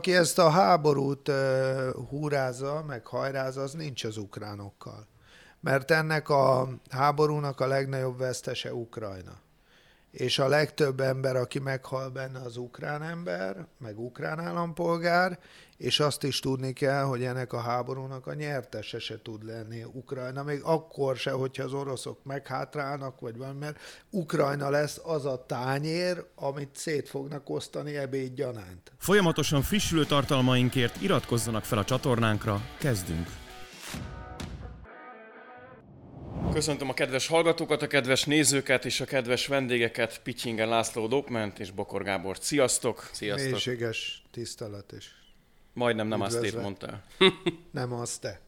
aki ezt a háborút húrázza, meg hajrázza, az nincs az ukránokkal. Mert ennek a háborúnak a legnagyobb vesztese Ukrajna. És a legtöbb ember, aki meghal benne, az ukrán ember, meg ukrán állampolgár, és azt is tudni kell, hogy ennek a háborúnak a nyertese se tud lenni Ukrajna, még akkor se, hogyha az oroszok meghátrálnak, vagy valami, mert Ukrajna lesz az a tányér, amit szét fognak osztani ebédgyanánt. Folyamatosan frissülő tartalmainkért iratkozzanak fel a csatornánkra, kezdünk! Köszöntöm a kedves hallgatókat, a kedves nézőket és a kedves vendégeket, Pittyingen László Dokment és Bokor Gábor. Sziasztok! Sziasztok! Mélységes tisztelet is. Majdnem nem azt épp mondtál. Nem azt te.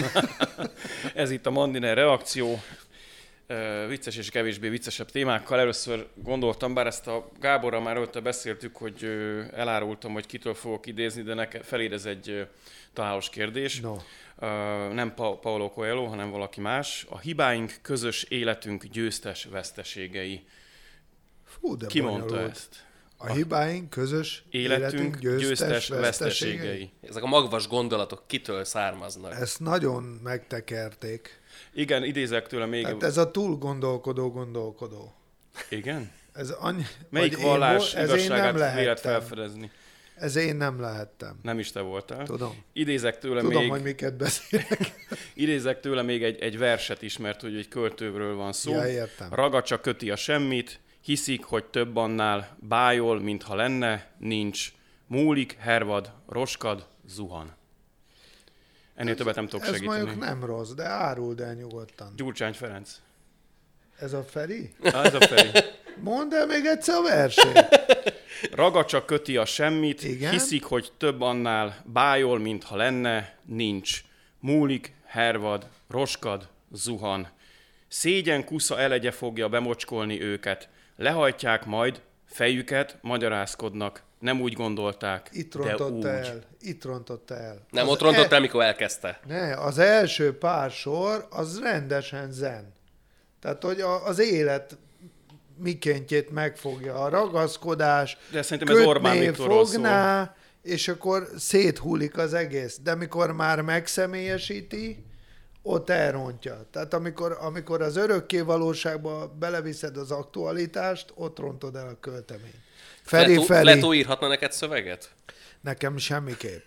Ez itt a Mandiner reakció. Vicces és kevésbé viccesebb témákkal. Először gondoltam, bár ezt a Gáborral már előtte beszéltük, hogy elárultam, hogy kitől fogok idézni, de feléd ez egy találós kérdés. No. Nem Paulo Coelho, hanem valaki más. A hibáink közös életünk győztes veszteségei. Fú, de ki mondta bonyolult. ezt? A hibáink közös életünk győztes veszteségei. Ezek a magvas gondolatok kitől származnak? Ezt nagyon megtekerték. Igen, idézek tőle még... Hát ez a túl gondolkodó. Igen? Ez melyik vallás igazságát vélet lehettem. felfedezni? Ez én nem lehettem. Nem is te voltál. Tudom. Idézek tőle Tudom, még... hogy miket beszélek. Idézek tőle még egy verset is, mert hogy egy költőről van szó. Ja, értem. Ragacsa köti a semmit, hiszik, hogy több annál, bájol, mintha lenne, nincs. Múlik, hervad, roskad, zuhan. Ennél többet nem tudok segíteni. Ez mondjuk nem rossz, de áruld el nyugodtan. Gyurcsány Ferenc. Ez a Feri? Ez a Feri. Mondd el még egyszer a versét. Ragacsa köti a semmit, igen? Hiszik, hogy több annál, bájol, mintha lenne, nincs. Múlik, hervad, roskad, zuhan. Szégyen kusza elegye fogja bemocskolni őket. Lehajtják majd, fejüket, magyarázkodnak. Nem úgy gondolták, Itt de rontotta úgy. el. Itt rontotta el. Nem, ott rontott el, mikor elkezdte. Ne, az első pár sor, az rendesen zen. Tehát, hogy az élet mikéntjét megfogja, a ragaszkodás, De szerintem ez Orbán kötné, Viktorról fogná, és akkor széthullik az egész. De amikor már megszemélyesíti, ott elrontja. Tehát amikor az örökké valóságba beleviszed az aktualitást, ott rontod el a költeményt. Feri. Leto írhatna neked szöveget? Nekem semmiképp.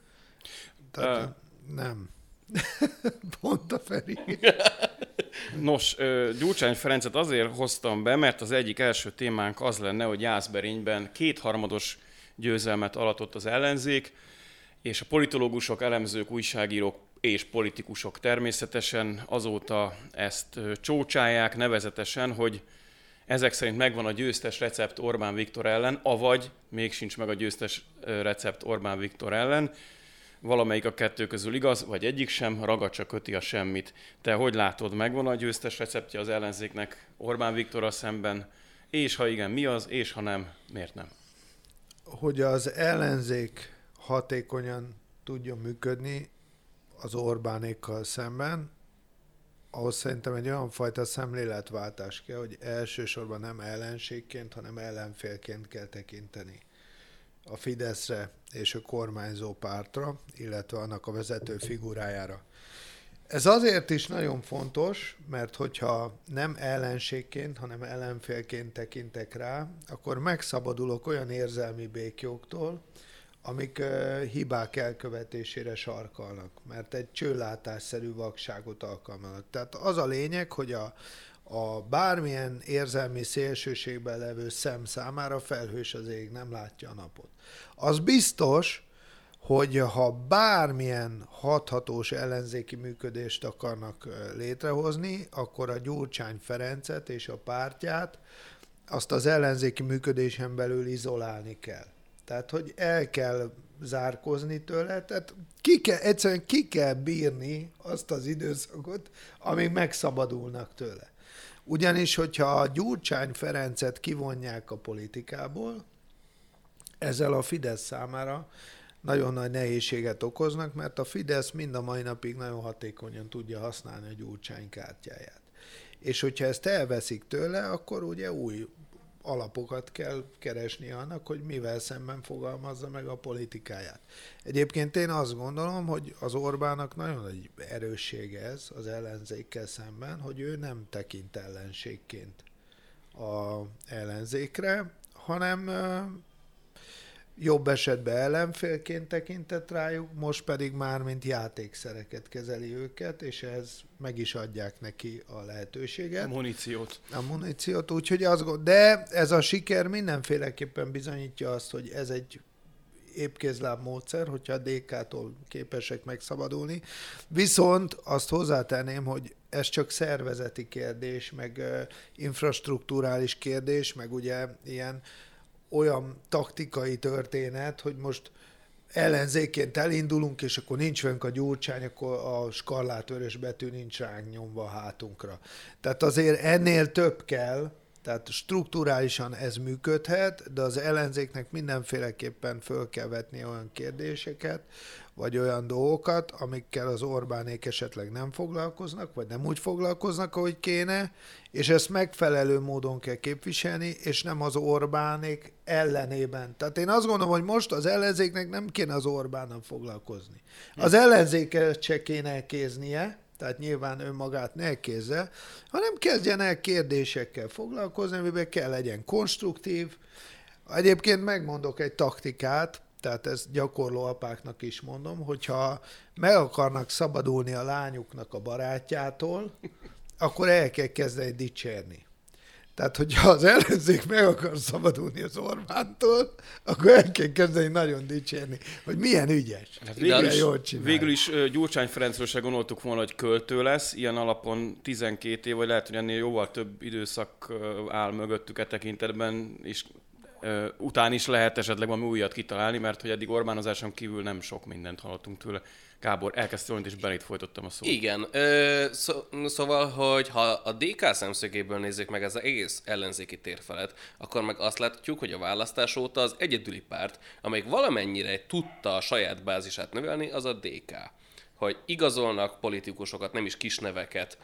Tehát nem. Pont a Feri. Nos, Gyurcsány Ferencet azért hoztam be, mert az egyik első témánk az lenne, hogy Jászberényben kétharmados győzelmet aratott az ellenzék, és a politológusok, elemzők, újságírók és politikusok természetesen azóta ezt csócsálják nevezetesen, hogy ezek szerint megvan a győztes recept Orbán Viktor ellen, avagy még sincs meg a győztes recept Orbán Viktor ellen. Valamelyik a kettő közül igaz, vagy egyik sem, ragacsa köti a semmit. Te hogy látod, megvan a győztes receptje az ellenzéknek Orbán Viktorral szemben? És ha igen, mi az? És ha nem, miért nem? Hogy az ellenzék hatékonyan tudjon működni az Orbánékkal szemben, ahhoz szerintem egy olyan fajta szemléletváltás kell, hogy elsősorban nem ellenségként, hanem ellenfélként kell tekinteni a Fideszre és a kormányzó pártra, illetve annak a vezető figurájára. Ez azért is nagyon fontos, mert hogyha nem ellenségként, hanem ellenfélként tekintek rá, akkor megszabadulok olyan érzelmi béklyóktól, amik hibák elkövetésére sarkalnak, mert egy csőlátásszerű vakságot alkalmaznak. Tehát az a lényeg, hogy a bármilyen érzelmi szélsőségben levő szem számára felhős az ég, nem látja a napot. Az biztos, hogy ha bármilyen hathatós ellenzéki működést akarnak létrehozni, akkor a Gyurcsány Ferencet és a pártját azt az ellenzéki működésen belül izolálni kell. Tehát, hogy el kell zárkózni tőle, tehát egyszerűen ki kell bírni azt az időszakot, amíg megszabadulnak tőle. Ugyanis, hogyha a Gyurcsány Ferencet kivonják a politikából, ezzel a Fidesz számára nagyon nagy nehézséget okoznak, mert a Fidesz mind a mai napig nagyon hatékonyan tudja használni a Gyurcsány kártyáját. És hogyha ezt elveszik tőle, akkor ugye új alapokat kell keresni annak, hogy mivel szemben fogalmazza meg a politikáját. Egyébként én azt gondolom, hogy az Orbánnak nagyon nagy erőssége ez az ellenzékkel szemben, hogy ő nem tekint ellenségként az ellenzékre, hanem jobb esetben ellenfélként tekintett rájuk, most pedig már mint játékszereket kezeli őket, és ehhez meg is adják neki a lehetőséget. A muníciót, úgyhogy de ez a siker mindenféleképpen bizonyítja azt, hogy ez egy épkézláb módszer, hogyha a DK-tól képesek megszabadulni. Viszont azt hozzátenném, hogy ez csak szervezeti kérdés, meg infrastrukturális kérdés, meg ugye ilyen olyan taktikai történet, hogy most ellenzékként elindulunk, és akkor nincs velünk a Gyurcsány, akkor a skarlátvörös betű nincs ránk nyomva a hátunkra. Tehát azért ennél több kell, tehát strukturálisan ez működhet, de az ellenzéknek mindenféleképpen föl kell vetni olyan kérdéseket, vagy olyan dolgokat, amikkel az Orbánék esetleg nem foglalkoznak, vagy nem úgy foglalkoznak, ahogy kéne, és ezt megfelelő módon kell képviselni, és nem az Orbánék ellenében. Tehát én azt gondolom, hogy most az ellenzéknek nem kéne az Orbánnal foglalkozni. Az ellenzéket se kéne elkéznie, tehát nyilván önmagát ne elkézze, hanem kezdjen el kérdésekkel foglalkozni, amiben kell legyen konstruktív. Egyébként megmondok egy taktikát, tehát ezt gyakorló apáknak is mondom, hogyha meg akarnak szabadulni a lányuknak a barátjától, akkor el kell kezdeni dicsérni. Tehát, hogyha az ellenzék meg akar szabadulni az Orbántól, akkor el kell kezdeni nagyon dicsérni, hogy milyen ügyes. Hát végül is Gyurcsány Ferencről se gondoltuk volna, hogy költő lesz. Ilyen alapon 12 év, vagy lehet, hogy ennél jóval több időszak áll mögöttük e tekintetben, és után is lehet esetleg valami újat kitalálni, mert hogy eddig Orbánozáson kívül nem sok mindent hallottunk tőle. Gábor, elkezdtél valamit, és belét folytottam a szót. Igen, szóval, hogy ha a DK szemszögéből nézzük meg ez az egész ellenzéki térfelet, akkor meg azt látjuk, hogy a választás óta az egyedüli párt, amelyik valamennyire tudta a saját bázisát növelni, az a DK. Hogy igazolnak politikusokat, nem is kis neveket,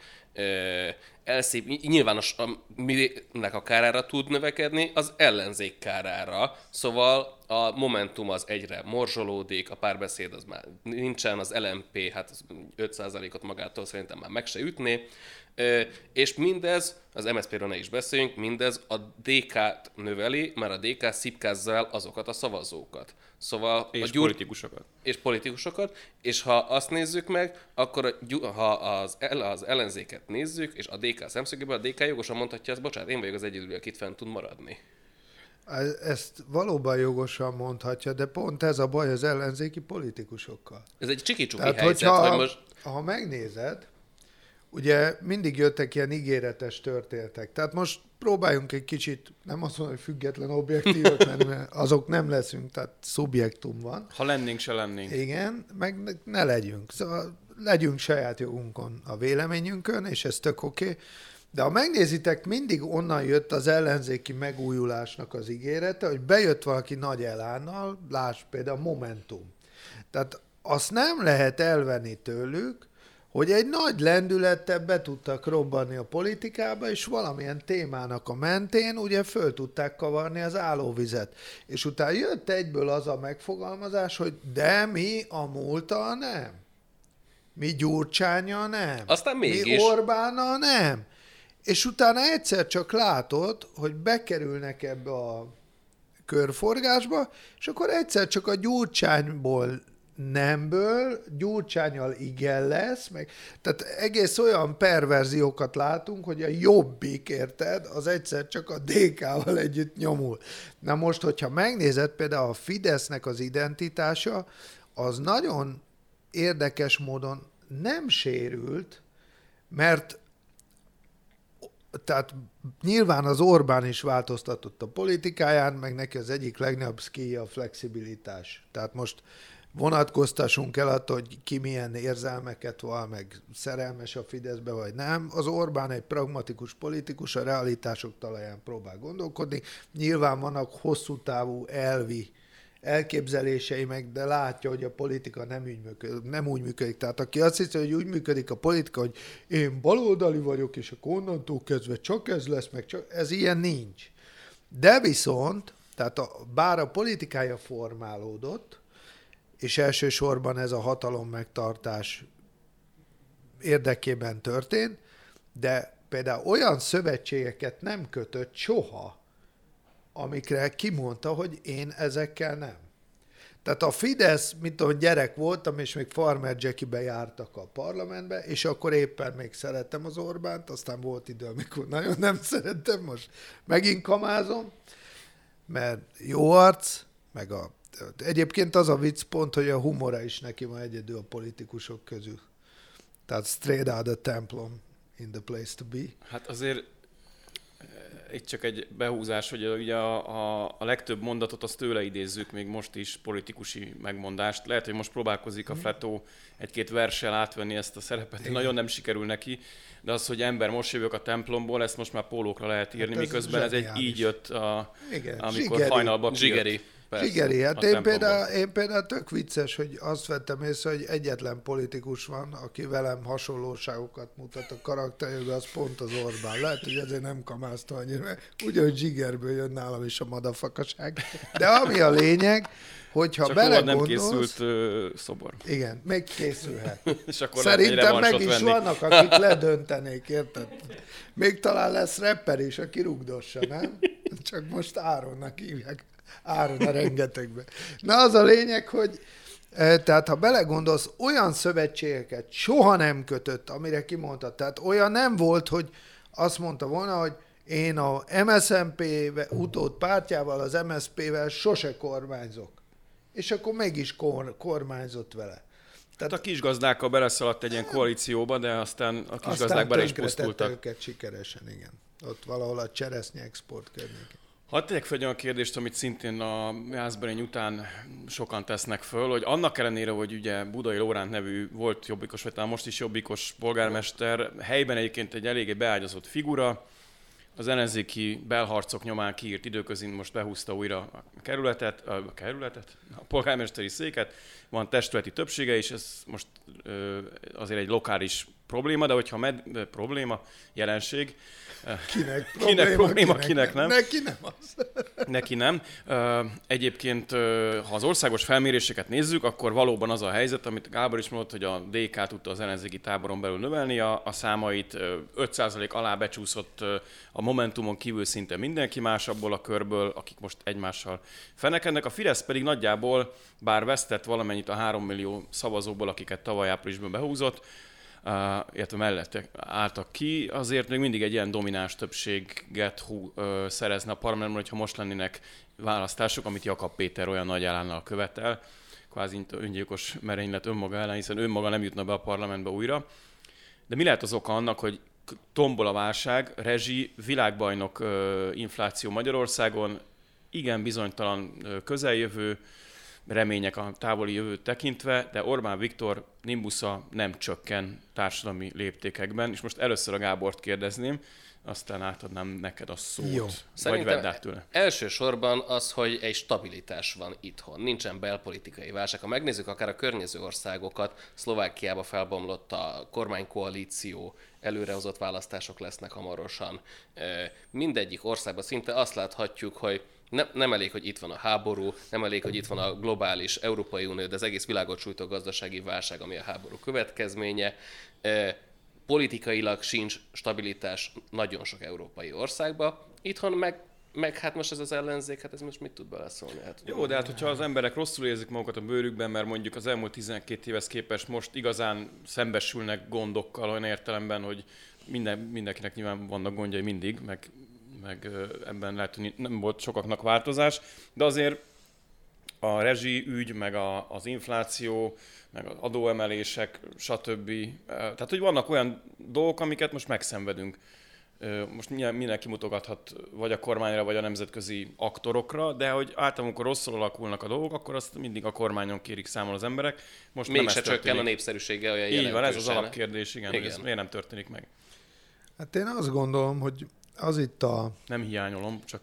nyilván minek a kárára tud növekedni, az ellenzék kárára. Szóval a Momentum az egyre morzsolódik, a Párbeszéd az már nincsen, az LMP, hát 5%-ot magától szerintem már meg se ütné. És mindez, az MSZP-ről ne is beszéljünk, mindez a DK-t növeli, mert a DK szipkázza el azokat a szavazókat. Szóval és politikusokat. És ha azt nézzük meg, akkor ha az ellenzéket nézzük, és a DK szemszögéből, a DK jogosan mondhatja azt, bocsánat, én vagyok az egyedüli, akit fent tud maradni. Ezt valóban jogosan mondhatja, de pont ez a baj az ellenzéki politikusokkal. Ez egy csiki-csuki helyzet, hogy most... Ha megnézed, ugye mindig jöttek ilyen ígéretes történetek. Tehát most próbáljunk egy kicsit, nem azt mondom, hogy független objektívak, mert azok nem leszünk, tehát szubjektum van. Ha lennénk, se lennénk. Igen, meg ne legyünk. Szóval legyünk saját jogunkon a véleményünkön, és ez tök oké. De ha megnézitek, mindig onnan jött az ellenzéki megújulásnak az ígérete, hogy bejött valaki nagy elánnal, lásd például Momentum. Tehát azt nem lehet elvenni tőlük, hogy egy nagy lendülettel be tudtak robbanni a politikába, és valamilyen témának a mentén ugye föl tudták kavarni az állóvizet. És utána jött egyből az a megfogalmazás, hogy de mi a múlttal nem. Mi Gyurcsánnyal nem. Aztán mégis. Mi Orbánnal nem. És utána egyszer csak látod, hogy bekerülnek ebbe a körforgásba, és akkor egyszer csak a Gyurcsányból nemből, Gyurcsánnyal igen lesz, meg, tehát egész olyan perverziókat látunk, hogy a Jobbik, érted, az egyszer csak a DK-val együtt nyomul. Na most, hogyha megnézed, például a Fidesznek az identitása, az nagyon érdekes módon nem sérült, mert tehát nyilván az Orbán is változtatott a politikáján, meg neki az egyik legnagyobb szkíja a flexibilitás. Tehát most vonatkoztassunk el attól, hogy ki milyen érzelmeket van, meg szerelmes a Fideszbe, vagy nem. Az Orbán egy pragmatikus politikus, a realitások talaján próbál gondolkodni. Nyilván vannak hosszú távú elvi elképzelései meg, de látja, hogy a politika nem úgy működik. Tehát aki azt hiszi, hogy úgy működik a politika, hogy én baloldali vagyok, és akkor onnantól kezdve csak ez lesz, meg csak ez ilyen nincs. De viszont, tehát bár a politikája formálódott, és elsősorban ez a hatalom megtartás érdekében történt, de például olyan szövetségeket nem kötött soha, amikre kimondta, hogy én ezekkel nem. Tehát a Fidesz, mint ahogy gyerek voltam, és még Farmer Jackie-be jártak a parlamentbe, és akkor éppen még szerettem az Orbánt, aztán volt idő, amikor nagyon nem szerettem, most megint kamázom, mert jó arc, meg egyébként az a vicc pont, hogy a humora is neki van egyedül a politikusok közül. Tehát straight out of templom, in the place to be. Hát azért itt csak egy behúzás, hogy ugye a legtöbb mondatot azt tőle idézzük, még most is politikusi megmondást. Lehet, hogy most próbálkozik a Fletó egy-két verssel átvenni ezt a szerepet, nagyon nem sikerül neki, de az, hogy ember, most jövök a templomból, ezt most már pólókra lehet írni, hát miközben ez így jött, amikor hajnalban zsigeri. Zsigeri, hát én például tök vicces, hogy azt vettem észre, hogy egyetlen politikus van, aki velem hasonlóságokat mutat a karakterjében, az pont az Orbán. Lehet, hogy ezért nem kamázta annyira, mert ugyanúgy zsigerből jön nálam is a madafakaság. De ami a lényeg, hogyha belegondolsz... nem készült szobor. Igen, még készülhet. És akkor szerintem meg is vannak, akik ledöntenék, érted? Még talán lesz rapper is, aki rugdossa, nem? Csak most Áronnak hívják. Áron a rengetegbe. Na az a lényeg, hogy tehát ha belegondolsz, olyan szövetségeket soha nem kötött, amire kimondta. Tehát olyan nem volt, hogy azt mondta volna, hogy én a MSZNP utód pártjával, az MSZP-vel sose kormányzok. És akkor mégis kormányzott vele. Tehát a kisgazdákkal beleszaladt egy ilyen koalícióba, de aztán a kisgazdák bele is pusztultak. Őket sikeresen, igen. Ott valahol a cseresznye export környékén. Hadd tegyek fel egy olyan kérdést, amit szintén a Jászberény után sokan tesznek föl, hogy annak ellenére, hogy ugye Budai Lóránt nevű volt jobbikos, vagy talán most is jobbikos polgármester, helyben egyébként egy eléggé beágyazott figura, az ellenzéki belharcok nyomán kiírt időközben most behúzta újra a polgármesteri széket, van testületi többsége, és ez most azért egy lokális probléma, de hogyha jelenség, kinek probléma, kinek nem. Neki nem az. Neki nem. Egyébként, ha az országos felméréseket nézzük, akkor valóban az a helyzet, amit Gábor is mondott, hogy a DK tudta az ellenzéki táboron belül növelni a számait, 5% alá becsúszott a Momentumon kívül szinte mindenki más abból a körből, akik most egymással fenekednek. A Fidesz pedig nagyjából, bár vesztett valamennyit a 3 millió szavazóból, akiket tavaly áprilisban behúzott, illetve mellette álltak ki, azért még mindig egy ilyen domináns többséget szerezne a parlamentben, hogyha most lennének választások, amit Jakab Péter olyan nagy elánnal követel, kvázi öngyilkos merénylet önmaga ellen, hiszen önmaga nem jutna be a parlamentbe újra. De mi lehet az oka annak, hogy tombol a válság, rezsi, világbajnok infláció Magyarországon, igen bizonytalan közeljövő, remények a távoli jövőt tekintve, de Orbán Viktor nimbusza nem csökken társadalmi léptékekben, és most először a Gábort kérdezném, aztán átadnám neked a szót. Jó. Vagy vedd át tőle. Elsősorban az, hogy egy stabilitás van itthon. Nincsen belpolitikai válság. Ha megnézzük akár a környező országokat, Szlovákiába felbomlott a kormánykoalíció, előrehozott választások lesznek hamarosan. Mindegyik országban szinte azt láthatjuk, hogy nem elég, hogy itt van a háború, nem elég, hogy itt van a globális Európai Unió, de az egész világot sújtó gazdasági válság, ami a háború következménye. Politikailag sincs stabilitás nagyon sok európai országban. Itthon meg hát most ez az ellenzék, hát ez most mit tud beleszólni? Hát, jó, de hát hogyha az emberek rosszul érzik magukat a bőrükben, mert mondjuk az elmúlt 12 évhez képest most igazán szembesülnek gondokkal olyan értelemben, hogy mindenkinek nyilván vannak gondjai mindig, meg ebben lehet, hogy nem volt sokaknak változás, de azért a rezsi ügy, meg az infláció, meg az adóemelések, stb. Tehát, hogy vannak olyan dolgok, amiket most megszenvedünk. Most mindenki mutogathat vagy a kormányra, vagy a nemzetközi aktorokra, de hogy általában, amikor rosszul alakulnak a dolgok, akkor azt mindig a kormányon kérik számon az emberek. Most mégse csökken a népszerűsége olyan jelentősen. Így van, ez az alapkérdés, igen. Ez miért nem történik meg? Hát én azt gondolom, hogy az itt a... Nem hiányolom, csak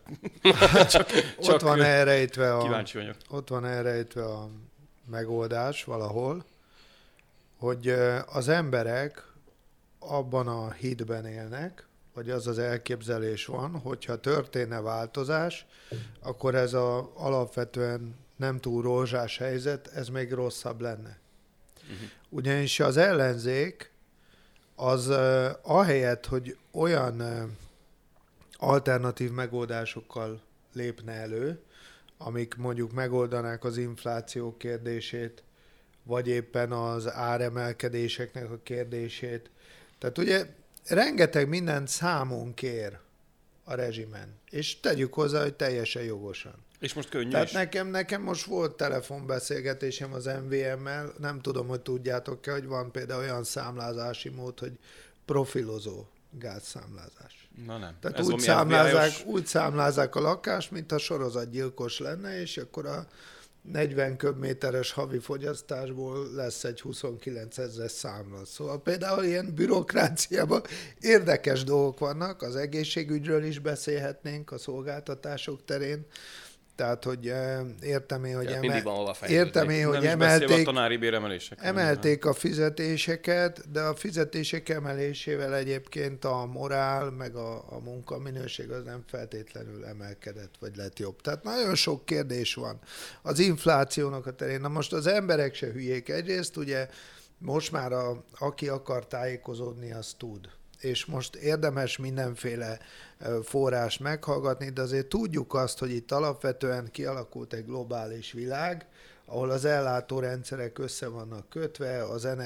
ott van elrejtve kíváncsi vagyok. Ott van elrejtve a megoldás valahol, hogy az emberek abban a hitben élnek, vagy az az elképzelés van, hogyha történne változás, akkor ez az alapvetően nem túl rózsás helyzet, ez még rosszabb lenne. Ugyanis az ellenzék az ahelyett, hogy olyan alternatív megoldásokkal lépne elő, amik mondjuk megoldanák az infláció kérdését, vagy éppen az áremelkedéseknek a kérdését. Tehát ugye rengeteg mindent számon kér a rezsimen, és tegyük hozzá, hogy teljesen jogosan. És most könnyű Tehát is. nekem most volt telefonbeszélgetésem az MVM-mel, nem tudom, hogy tudjátok-e, hogy van például olyan számlázási mód, hogy profilozó gázszámlázás. Na nem. Tehát Ez úgy számlázzák a lakást, mintha sorozatgyilkos lenne, és akkor a 40 köbméteres havi fogyasztásból lesz egy 29 000 számla. Szóval például ilyen bürokráciában érdekes dolgok vannak, az egészségügyről is beszélhetnénk a szolgáltatások terén, tehát, hogy értem én, hogy, emelték, emelték a fizetéseket, de a fizetések emelésével egyébként a morál, meg a munkaminőség az nem feltétlenül emelkedett, vagy lett jobb. Tehát nagyon sok kérdés van az inflációnak a terén. Na most az emberek se hülyék. Egyrészt ugye most már aki akar tájékozódni, az tud. És most érdemes mindenféle forrást meghallgatni, de azért tudjuk azt, hogy itt alapvetően kialakult egy globális világ, ahol az ellátórendszerek össze vannak kötve,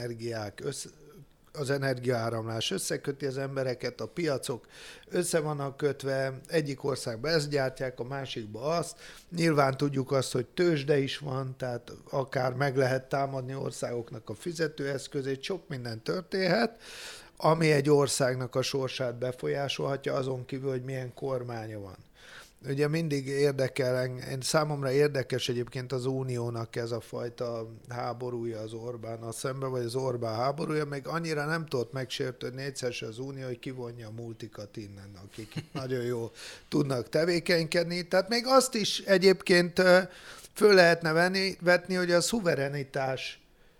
az energiaáramlás összeköti az embereket, a piacok össze vannak kötve, egyik országban ezt gyártják, a másikban azt. Nyilván tudjuk azt, hogy tőzsde is van, tehát akár meg lehet támadni országoknak a fizetőeszközét, sok minden történhet, ami egy országnak a sorsát befolyásolhatja, azon kívül, hogy milyen kormánya van. Ugye mindig számomra érdekes egyébként az Uniónak ez a fajta háborúja az Orbánnal szemben, vagy az Orbán háborúja, meg annyira nem tudott megsértődni egyszer se az Unió, hogy kivonja a multikat innen, akik itt nagyon jól tudnak tevékenykedni. Tehát még azt is egyébként föl lehetne vetni, hogy a szuverenitás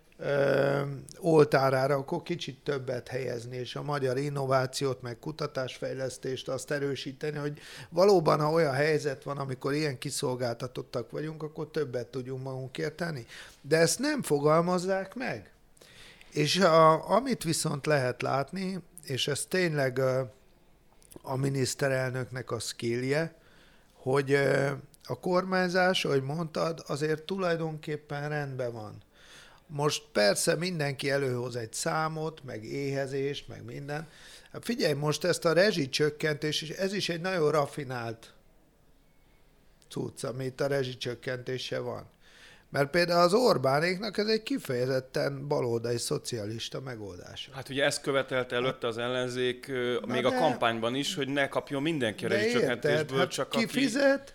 oltárára akkor kicsit többet helyezni, és a magyar innovációt, meg kutatásfejlesztést azt erősíteni, hogy valóban, ha olyan helyzet van, amikor ilyen kiszolgáltatottak vagyunk, akkor többet tudjunk magunkért tenni. De ezt nem fogalmazzák meg. És amit viszont lehet látni, és ez tényleg a miniszterelnöknek a skillje, hogy a kormányzás, ahogy mondtad, azért tulajdonképpen rendben van. Most persze mindenki előhoz egy számot, meg éhezést, meg minden. Hát figyelj, most ezt a rezsicsökkentés, és ez is egy nagyon raffinált cucc, amit a rezsicsökkentése van. Mert például az Orbánéknak ez egy kifejezetten baloldali szocialista megoldása. Hát ugye ezt követelte előtte az ellenzék még a kampányban is, hogy ne kapjon mindenki a rezsicsökkentésből, hát csak ki fizet,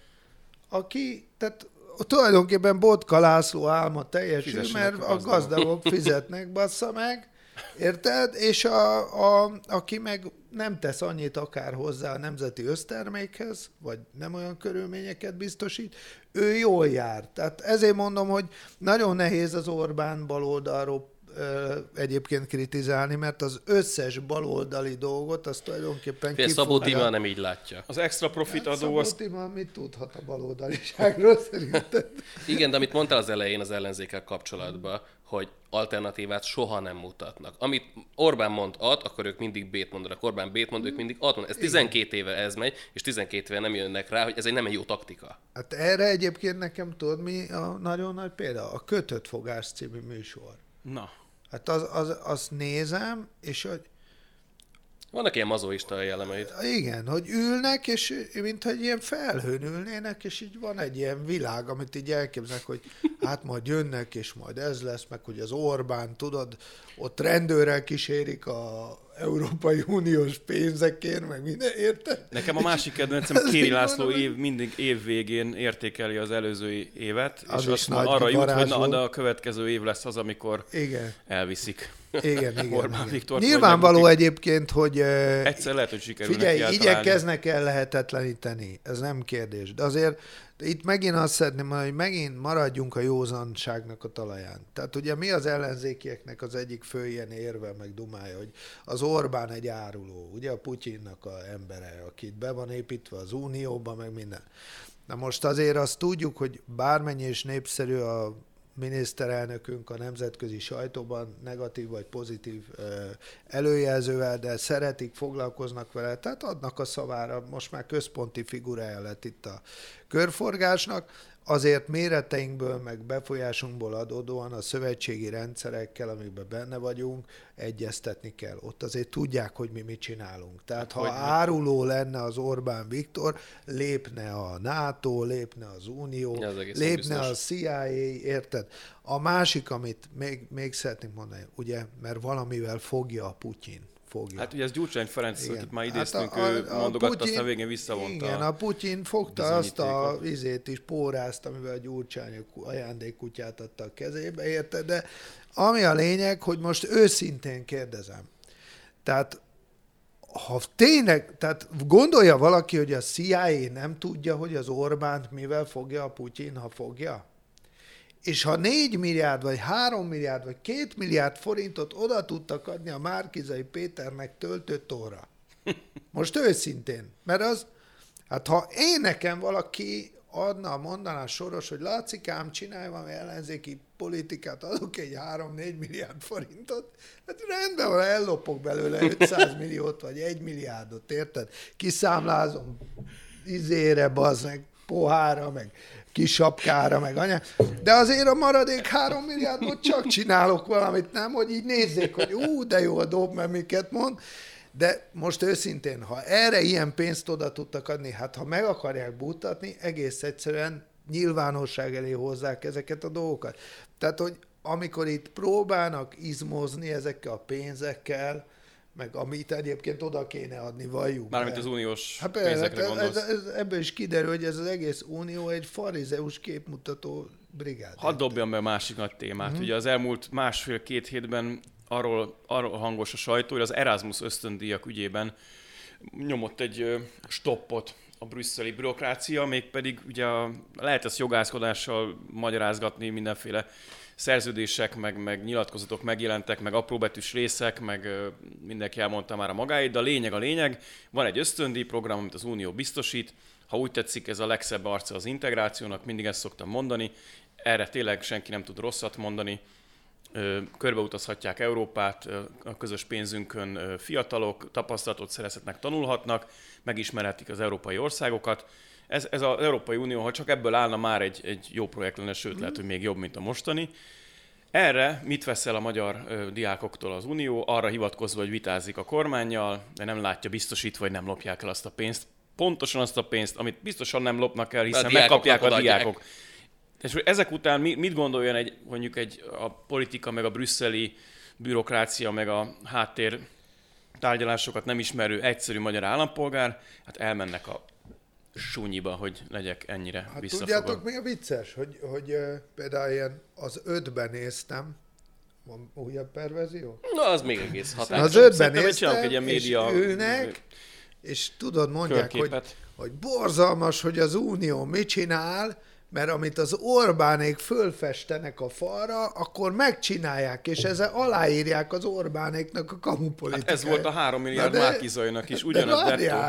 tehát tulajdonképpen Botka László álma teljesül, mert a gazdagok fizetnek, bassza meg, érted? És aki meg nem tesz annyit akár hozzá a nemzeti össztermékhez, vagy nem olyan körülményeket biztosít, ő jól jár. Tehát ezért mondom, hogy nagyon nehéz az Orbán baloldalról egyébként kritizálni, mert az összes baloldali dolgot, az tulajdonképpen Szabó Tíma nem így látja. Az extra profit adó... Szabó Tíma mit tudhat a baloldaliságról szerinted? Igen, de amit mondtál az elején az ellenzékkel kapcsolatban, hogy alternatívát soha nem mutatnak. Amit Orbán mond A-t, akkor ők mindig B-t mondanak. Orbán B-t mond, ők mindig A-t mondanak. Ez 12 éve ez megy, és 12 éve nem jönnek rá, hogy ez egy nem egy jó taktika. Hát erre egyébként nekem tudod mi a nagyon nagy példa? A Kötött fogás című műsor. Na. Hát azt nézem, és hogy... Vannak ilyen mazoista jellemeid. Igen, hogy ülnek, és mintha egy ilyen felhőn ülnének, és így van egy ilyen világ, amit így elképzelnek, hogy hát majd jönnek, és majd ez lesz, meg hogy az Orbán, tudod, ott rendőrrel kísérik a Európai Uniós pénzekért, meg minden, érted? Nekem a másik kedvencem Kéri László mindig év végén értékeli az előző évet, az és azt arra jut, hogy a következő év lesz az, amikor elviszik. Igen. Orbán Viktort. Nyilvánvaló egyébként, hogy egyszer lehet, hogy sikerül figyelj, igyekeznek el lehetetleníteni, ez nem kérdés. De azért itt megint azt szeretném mondani, hogy megint maradjunk a józanságnak a talaján. Tehát ugye mi az ellenzékieknek az egyik fő ilyen érve, meg dumája, hogy az Orbán egy áruló, ugye a Putyinnak a embere, akit be van építve az Unióba, meg minden. Na most azért azt tudjuk, hogy bármennyi is népszerű a miniszterelnökünk a nemzetközi sajtóban negatív vagy pozitív előjelzővel, de szeretik, foglalkoznak vele, tehát adnak a szavára, most már központi figurája lett itt a körforgásnak, azért méreteinkből, meg befolyásunkból adódóan a szövetségi rendszerekkel, amikben benne vagyunk, egyeztetni kell. Ott azért tudják, hogy mi mit csinálunk. Tehát ha áruló lenne az Orbán Viktor, lépne a NATO, lépne az Unió, lépne a CIA, érted? A másik, amit még szeretnék mondani, ugye, mert valamivel fogja a Putyin. Fogja. Hát ugye ez Gyurcsány Ferenc, akit már idéztünk, ő mondogatta, Putyin, aztán végén visszavonta. Igen, a Putyin fogta azt a izét is, pórázt, amivel a Gyurcsány ajándékkutyát adta a kezébe, érted? De ami a lényeg, hogy most őszintén kérdezem. Tehát ha tényleg, tehát gondolja valaki, hogy a CIA nem tudja, hogy az Orbánt mivel fogja a Putyin, ha fogja? És ha 4 milliárd, vagy 3 milliárd, vagy 2 milliárd forintot oda tudtak adni a Márki-Zay Péternek töltőtorra. Most őszintén, mert az, hát ha én nekem valaki mondaná Soros, hogy Lacikám, csinálj valami ellenzéki politikát, adok egy 3-4 milliárd forintot, hát rendben van, ellopok belőle 500 milliót, vagy 1 milliárdot, érted? Kiszámlázom izére, bazd meg, pohára, meg kis sapkára, meg anya. De azért a maradék 3 milliárdból csak csinálok valamit, nem? Hogy így nézzék, hogy de jó a dob, mert miket mond. De most őszintén, ha erre ilyen pénzt oda tudtak adni, hát ha meg akarják bújtatni, egész egyszerűen nyilvánosság elé hozzák ezeket a dolgokat. Tehát, hogy amikor itt próbálnak izmozni ezekkel a pénzekkel, meg amit egyébként oda kéne adni, valljuk. Mármint az uniós pénzekre gondolsz. Ebből is kiderül, hogy ez az egész unió egy farizeus képmutató brigád. Hadd dobjam be a másik nagy témát. Ugye az elmúlt 1,5-2 hétben arról hangos a sajtó, hogy az Erasmus ösztöndíjak ügyében nyomott egy stoppot a brüsszeli bürokrácia, mégpedig ugye lehet ezt jogászkodással magyarázgatni, mindenféle szerződések, meg nyilatkozatok megjelentek, meg apróbetűs részek, meg mindenki elmondta már a magáit, de a lényeg, van egy ösztöndíj program, amit az Unió biztosít, ha úgy tetszik, ez a legszebb arca az integrációnak, mindig ezt szoktam mondani, erre tényleg senki nem tud rosszat mondani, körbeutazhatják Európát, a közös pénzünkön fiatalok, tapasztalatot szerezhetnek, tanulhatnak, megismerhetik az európai országokat. Ez az Európai Unió, ha csak ebből állna, már egy jó projekt lenne, sőt lehet, hogy még jobb, mint a mostani. Erre mit vesz el a magyar diákoktól az Unió? Arra hivatkozva, hogy vitázik a kormánnyal, de nem látja biztosítva, hogy nem lopják el azt a pénzt. Pontosan azt a pénzt, amit biztosan nem lopnak el, hiszen megkapják a diákok. És ezek után mit gondoljon mondjuk a politika, meg a brüsszeli bürokrácia, meg a háttér tárgyalásokat nem ismerő egyszerű magyar állampolgár? Hát elmennek a súnyiba, hogy legyek ennyire visszafogva. Tudjátok, mi a vicces? Hogy például ilyen az 5-ben néztem, van újabb perverzió? Na, az még egész hatásos. Az 5-ben néztem, egy ilyen média és ülnek, és tudod, mondják, hogy borzalmas, hogy az Unió mit csinál, mert amit az Orbánék fölfestenek a falra, akkor megcsinálják, és ezzel aláírják az Orbánéknak a kamupolitikát. Hát ez volt a 3 milliárd Márki-Zaynak is, ugyanaz.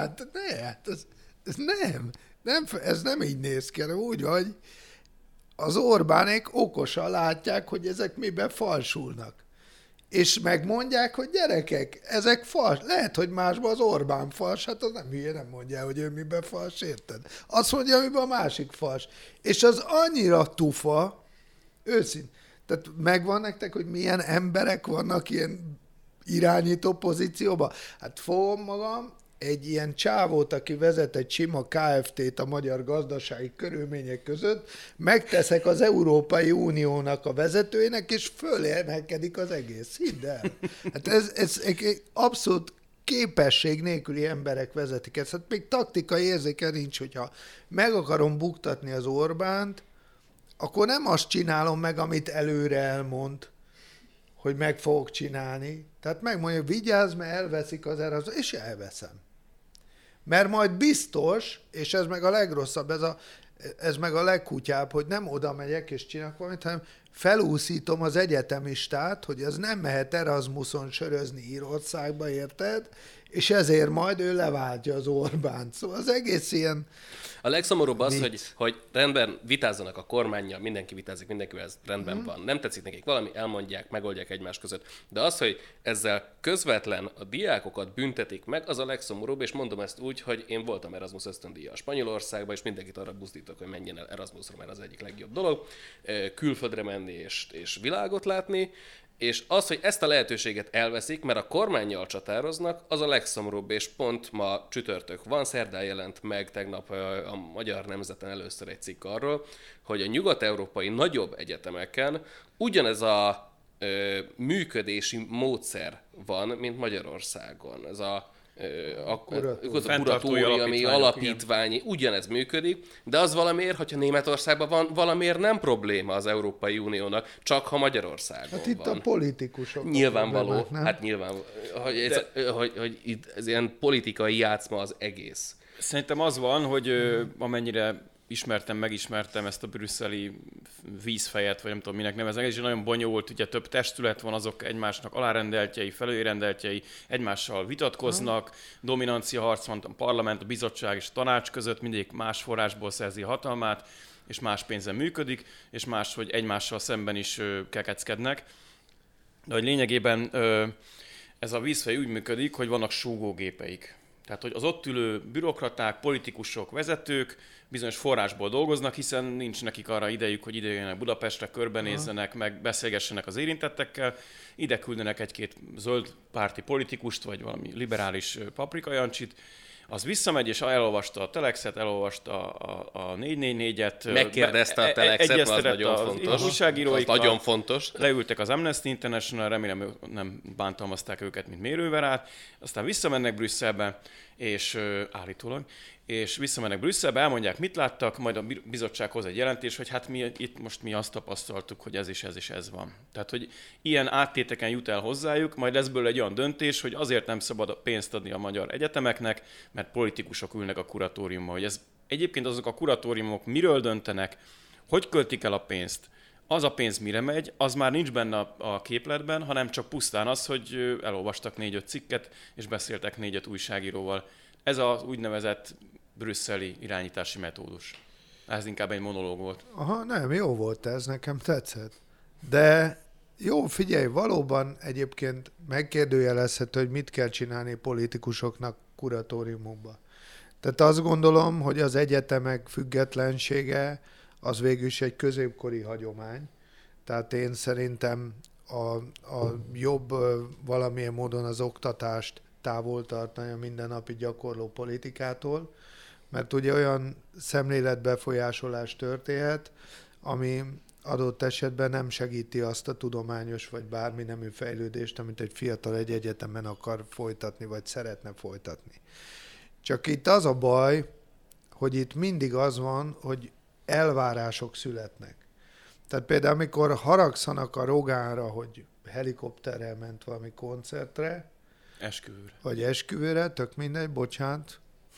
Ez nem így néz ki, hanem úgy, hogy az Orbánék okosan látják, hogy ezek miben falsulnak. És megmondják, hogy gyerekek, ezek fals. Lehet, hogy másban az Orbán fals, hát az nem hülye, nem mondja, hogy ő miben fals, érted? Azt mondja, miben a másik fals. És az annyira tufa, őszintén. Tehát megvan nektek, hogy milyen emberek vannak ilyen irányító pozícióban? Hát fogom magam, egy ilyen csávót, aki vezet egy sima Kft-t a magyar gazdasági körülmények között, megteszek az Európai Uniónak a vezetőjének, és fölemelkedik az egész. Hidd el. Hát ez abszolút képesség nélküli emberek vezetik ezt. Hát még taktikai érzéke nincs, hogyha meg akarom buktatni az Orbánt, akkor nem azt csinálom meg, amit előre elmond, hogy meg fogok csinálni. Tehát megmondja, vigyázz, mert elveszik az Erasmus, és elveszem. Mert majd biztos, és ez meg a legrosszabb, ez meg a legkutyább, hogy nem oda megyek és csinálok valamit, hanem felúszítom az egyetemistát, hogy az nem mehet Erasmuson sörözni Írországba, érted? És ezért majd ő leváltja az Orbánt. Szóval az egész ilyen... A legszomorúbb az, hogy rendben vitázzanak a kormánnyal, mindenki vitázik, mindenkivel ez rendben van. Nem tetszik nekik valami, elmondják, megoldják egymás között. De az, hogy ezzel közvetlen a diákokat büntetik meg, az a legszomorúbb, és mondom ezt úgy, hogy én voltam Erasmus ösztöndíjas Spanyolországban, és mindenkit arra buzdítok, hogy menjen el Erasmusra, mert az egyik legjobb dolog, külföldre menni és világot látni. És az, hogy ezt a lehetőséget elveszik, mert a kormánnyal csatároznak, az a legszomorúbb, és pont ma csütörtök van, szerdán jelent meg tegnap a Magyar Nemzeten először egy cikk arról, hogy a nyugat-európai nagyobb egyetemeken ugyanez a működési módszer van, mint Magyarországon. Ez a kuratóriumi alapítványi, ugyanez működik, de az valamiért, hogyha Németországban van, valamiért nem probléma az Európai Uniónak, csak ha Magyarországon hát itt van. A politikusok. Nyilvánvaló, hát nyilvánvaló, hogy itt ez ilyen politikai játszma az egész. Szerintem az van, hogy amennyire megismertem ezt a brüsszeli vízfejet, vagy nem tudom minek neveznek, és nagyon bonyolult, ugye több testület van, azok egymásnak alárendeltjei, felülrendeltjei, egymással vitatkoznak, dominanciaharc van a parlament, a bizottság és a tanács között, mindegyik más forrásból szerzi a hatalmát, és más pénzen működik, és más, hogy egymással szemben is kekeckednek. De hogy lényegében ez a vízfej úgy működik, hogy vannak súgógépeik. Tehát, hogy az ott ülő bürokraták, politikusok, vezetők bizonyos forrásból dolgoznak, hiszen nincs nekik arra idejük, hogy ide jöjjenek Budapestre, körbenézzenek, meg beszélgessenek az érintettekkel. Ide küldenek egy-két zöld párti politikust, vagy valami liberális paprikajancsit. Az visszamegy, és elolvasta a Telexet, elolvasta a 444-et. Megkérdezte a Telexet, az nagyon fontos. Újságíróikkal. Az nagyon fontos. Leültek az Amnesty International, remélem nem bántalmazták őket, mint mérőverát. Aztán visszamennek Brüsszelbe, és állítólag, és visszamennek Brüsszelbe, elmondják, mit láttak, majd a bizottság hoz egy jelentés, hogy hát itt most mi azt tapasztaltuk, hogy ez és ez van. Tehát, hogy ilyen áttéteken jut el hozzájuk, majd lesz belőle egy olyan döntés, hogy azért nem szabad a pénzt adni a magyar egyetemeknek, mert politikusok ülnek a kuratóriumban. Hogy ez egyébként azok a kuratóriumok miről döntenek, hogy költik el a pénzt, az a pénz mire megy, az már nincs benne a képletben, hanem csak pusztán az, hogy elolvastak 4-5 cikket, és beszéltek 4-5 újságíróval. Ez az úgynevezett brüsszeli irányítási metódus. Ez inkább egy monológ volt. Aha, nem, jó volt ez, nekem tetszett. De jó, figyelj, valóban egyébként megkérdőjelezhető, hogy mit kell csinálni politikusoknak kuratóriumokban. Tehát azt gondolom, hogy az egyetemek függetlensége az végül is egy középkori hagyomány. Tehát én szerintem a jobb valamilyen módon az oktatást távol tartani a mindennapi gyakorló politikától, mert ugye olyan szemléletbefolyásolás történhet, ami adott esetben nem segíti azt a tudományos vagy bármi nemű fejlődést, amit egy fiatal egy egyetemen akar folytatni, vagy szeretne folytatni. Csak itt az a baj, hogy itt mindig az van, hogy elvárások születnek. Tehát például, amikor haragszanak a Rogánra, hogy helikopterrel ment valami koncertre, vagy esküvőre, tök mindegy, bocsánat.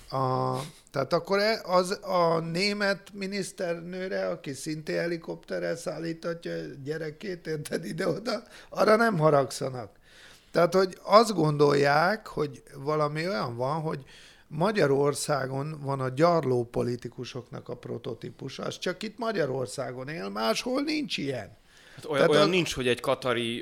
Tehát akkor az a német miniszternőre, aki szintén helikopterrel szállítatja gyerekét, érted ide-oda, arra nem haragszanak. Tehát, hogy azt gondolják, hogy valami olyan van, hogy Magyarországon van a gyarló politikusoknak a prototípusa, az csak itt Magyarországon él, máshol nincs ilyen. Hát olyan nincs, hogy egy katari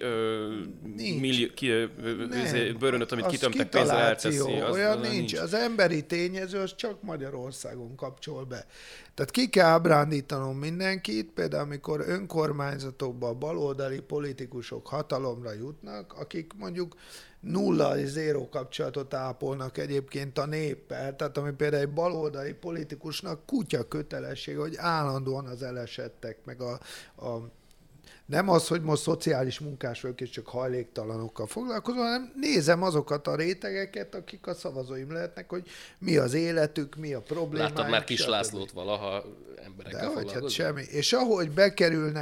bőrönöt, amit kitömtek pénzre elteszi. Olyan nincs. Az emberi tényező az csak Magyarországon kapcsol be. Tehát ki kell ábrándítanom mindenkit, például amikor önkormányzatokban baloldali politikusok hatalomra jutnak, akik mondjuk 0-0 kapcsolatot ápolnak egyébként a néppel, tehát ami például egy baloldali politikusnak kutya kötelesség, hogy állandóan az elesettek, meg nem az, hogy most szociális munkás vagyok, és csak hajléktalanokkal foglalkozom, hanem nézem azokat a rétegeket, akik a szavazóim lehetnek, hogy mi az életük, mi a problémájuk. Láttad már Kis Lászlót valaha emberekkel foglalkozni? Hát semmi. És ahogy bekerülnek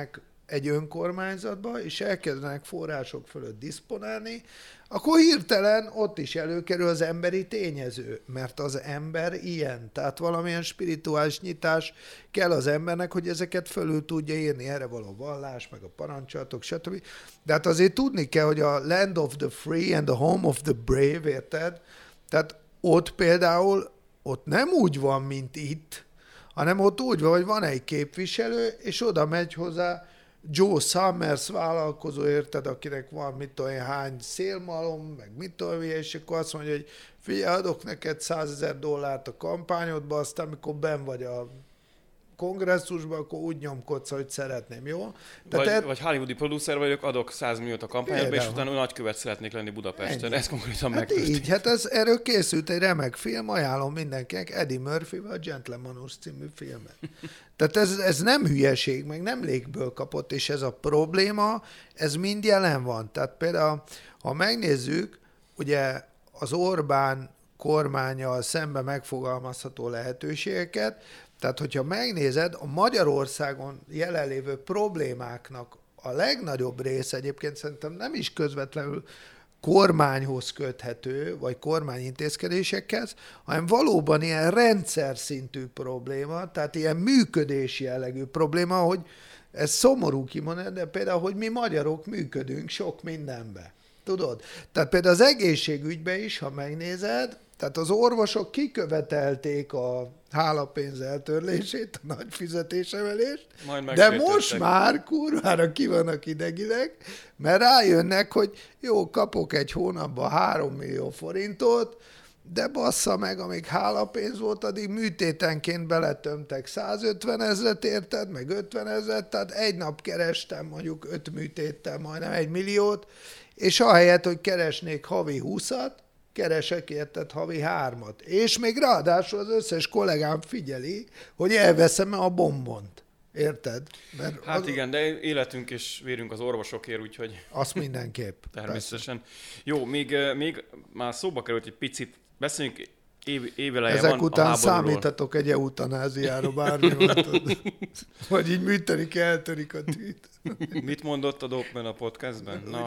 egy önkormányzatba, és elkezdenek források fölött diszponálni, akkor hirtelen ott is előkerül az emberi tényező, mert az ember ilyen. Tehát valamilyen spirituális nyitás kell az embernek, hogy ezeket fölül tudja írni, erre való vallás, meg a parancsolatok, stb. De hát azért tudni kell, hogy a land of the free and the home of the brave, érted? Tehát ott például, ott nem úgy van, mint itt, hanem ott úgy van, hogy van egy képviselő, és oda megy hozzá Joe Summers vállalkozó, érted, akinek van mit tudom én, hány szélmalom, meg mit tudom én, és akkor azt mondja, hogy figyelj, adok neked $100,000 a kampányodba, aztán amikor benn vagy a kongresszusban, akkor úgy nyomkodsz, hogy szeretném, jó? Vagy hollywoodi producer vagyok, adok 100 milliót a kampányodba, és utána nagykövet szeretnék lenni Budapesten. Ennyi. Ez konkrétan Hát megtörtént. így, erről készült egy remek film, ajánlom mindenkinek, Eddie Murphy-vel, a Gentlemanus című filmet. Tehát ez nem hülyeség, meg nem légből kapott, és ez a probléma, ez mind jelen van. Tehát például, ha megnézzük, ugye az Orbán kormánnyal szembe megfogalmazható lehetőségeket, tehát hogyha megnézed, a Magyarországon jelenlévő problémáknak a legnagyobb része egyébként szerintem nem is közvetlenül kormányhoz köthető, vagy kormányintézkedésekhez, hanem valóban ilyen rendszer szintű probléma, tehát ilyen működési jellegű probléma, hogy ez szomorú kimondani, de például, hogy mi magyarok működünk sok mindenbe. Tudod? Tehát például az egészségügyben is, ha megnézed, tehát az orvosok kikövetelték a hálapénz eltörlését, a nagy fizetésemelést, de most már kurvára ki vannak idegileg, mert rájönnek, hogy jó, kapok egy hónapban 3 millió forintot, de bassza meg, amíg hálapénz volt, addig műtétenként beletömtek 150 000, érted, meg 50 000, tehát egy nap kerestem mondjuk 5 műtéttel majdnem 1 milliót, és ahelyett, hogy keresnék havi 20-at, keresek érted havi 3-at. És még ráadásul az összes kollégám figyeli, hogy elveszem a bombont. Érted? Mert hát igen, de életünk és vérünk az orvosokért, úgyhogy... Azt mindenképp. Természetesen. Persze. Jó, még már szóba került egy picit, beszéljünk éveleje ezek van után a háborúról. Számítatok egy eutanáziára, bármi mondtad. Vagy így műtelik, eltörik a tűt. Mit mondott a Dopman a podcastben? Na,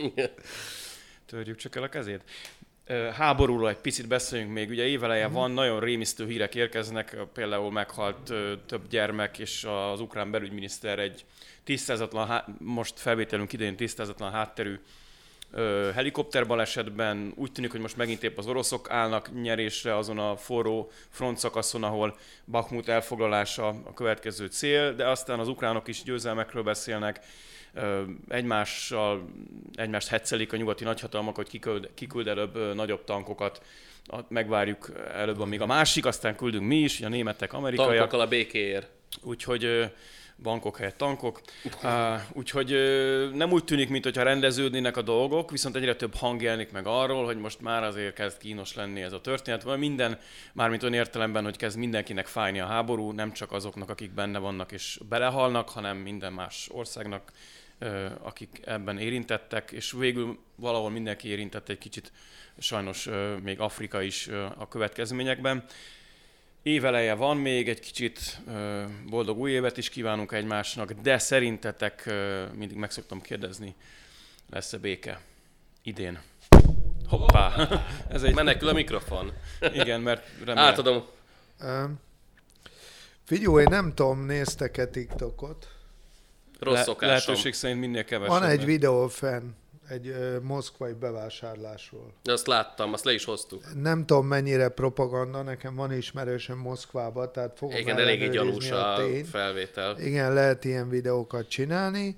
törjük csak el a kezét. Háborúról egy picit beszéljünk még. Ugye éveleje van, nagyon rémisztő hírek érkeznek, például meghalt több gyermek, és az ukrán belügyminiszter egy tisztázatlan, most felvételünk idején tisztázatlan hátterű helikopterbalesetben. Úgy tűnik, hogy most megint épp az oroszok állnak nyerésre azon a forró frontszakaszon, ahol Bakhmut elfoglalása a következő cél, de aztán az ukránok is győzelmekről beszélnek, egymást heccelik a nyugati nagyhatalmak, hogy kiküld előbb nagyobb tankokat, megvárjuk előbb, amíg a másik, aztán küldünk mi is, a németek, amerikaiak. Tankokkal a békéért. Úgyhogy bankok helyett tankok. Úgyhogy nem úgy tűnik, mintha rendeződnének a dolgok, viszont egyre több hang jelenik meg arról, hogy most már azért kezd kínos lenni ez a történet. Minden, mármint olyan értelemben, hogy kezd mindenkinek fájni a háború, nem csak azoknak, akik benne vannak és belehalnak, hanem minden más országnak, akik ebben érintettek, és végül valahol mindenki érintett egy kicsit, sajnos még Afrika is a következményekben. Éveleje van még, egy kicsit boldog új évet is kívánunk egymásnak, de szerintetek, mindig meg szoktam kérdezni, lesz-e béke idén? Hoppá! Ez egy... Menekül a mikrofon. Igen, mert remélem... Átadom. Figyelj, én nem tudom, néztek-e TikTokot? Rossz szokásom. Lehetőség szerint minél kevesebb. Van egy videó fenn, egy moszkvai bevásárlásról. De azt láttam, azt le is hoztuk. Nem tudom, mennyire propaganda, nekem van ismerősöm Moszkvában, tehát fogom igen, eléggé gyanús a tényt. felvétel. Igen, lehet ilyen videókat csinálni.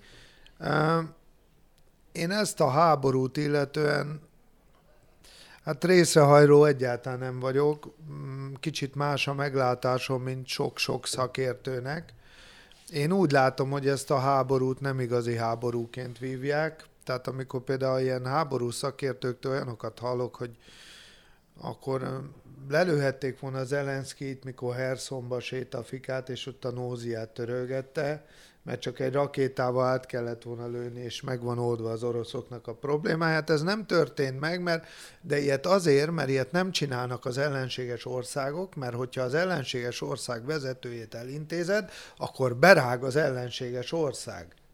Én ezt a háborút illetően, hát részrehajló egyáltalán nem vagyok. Kicsit más a meglátásom, mint sok-sok szakértőnek. Én úgy látom, hogy ezt a háborút nem igazi háborúként vívják. Tehát amikor például ilyen háború szakértőktől olyanokat hallok, hogy akkor lelőhették volna az Zelenszkijt, mikor Hersonba sétafikát, és ott a Nóziát törölgette, mert csak egy rakétával át kellett volna lőni, és meg van oldva az oroszoknak a problémája. Hát ez nem történt meg, de ilyet azért, mert ilyet nem csinálnak az ellenséges országok, mert hogyha az ellenséges ország vezetőjét elintézed, akkor berág az ellenséges ország.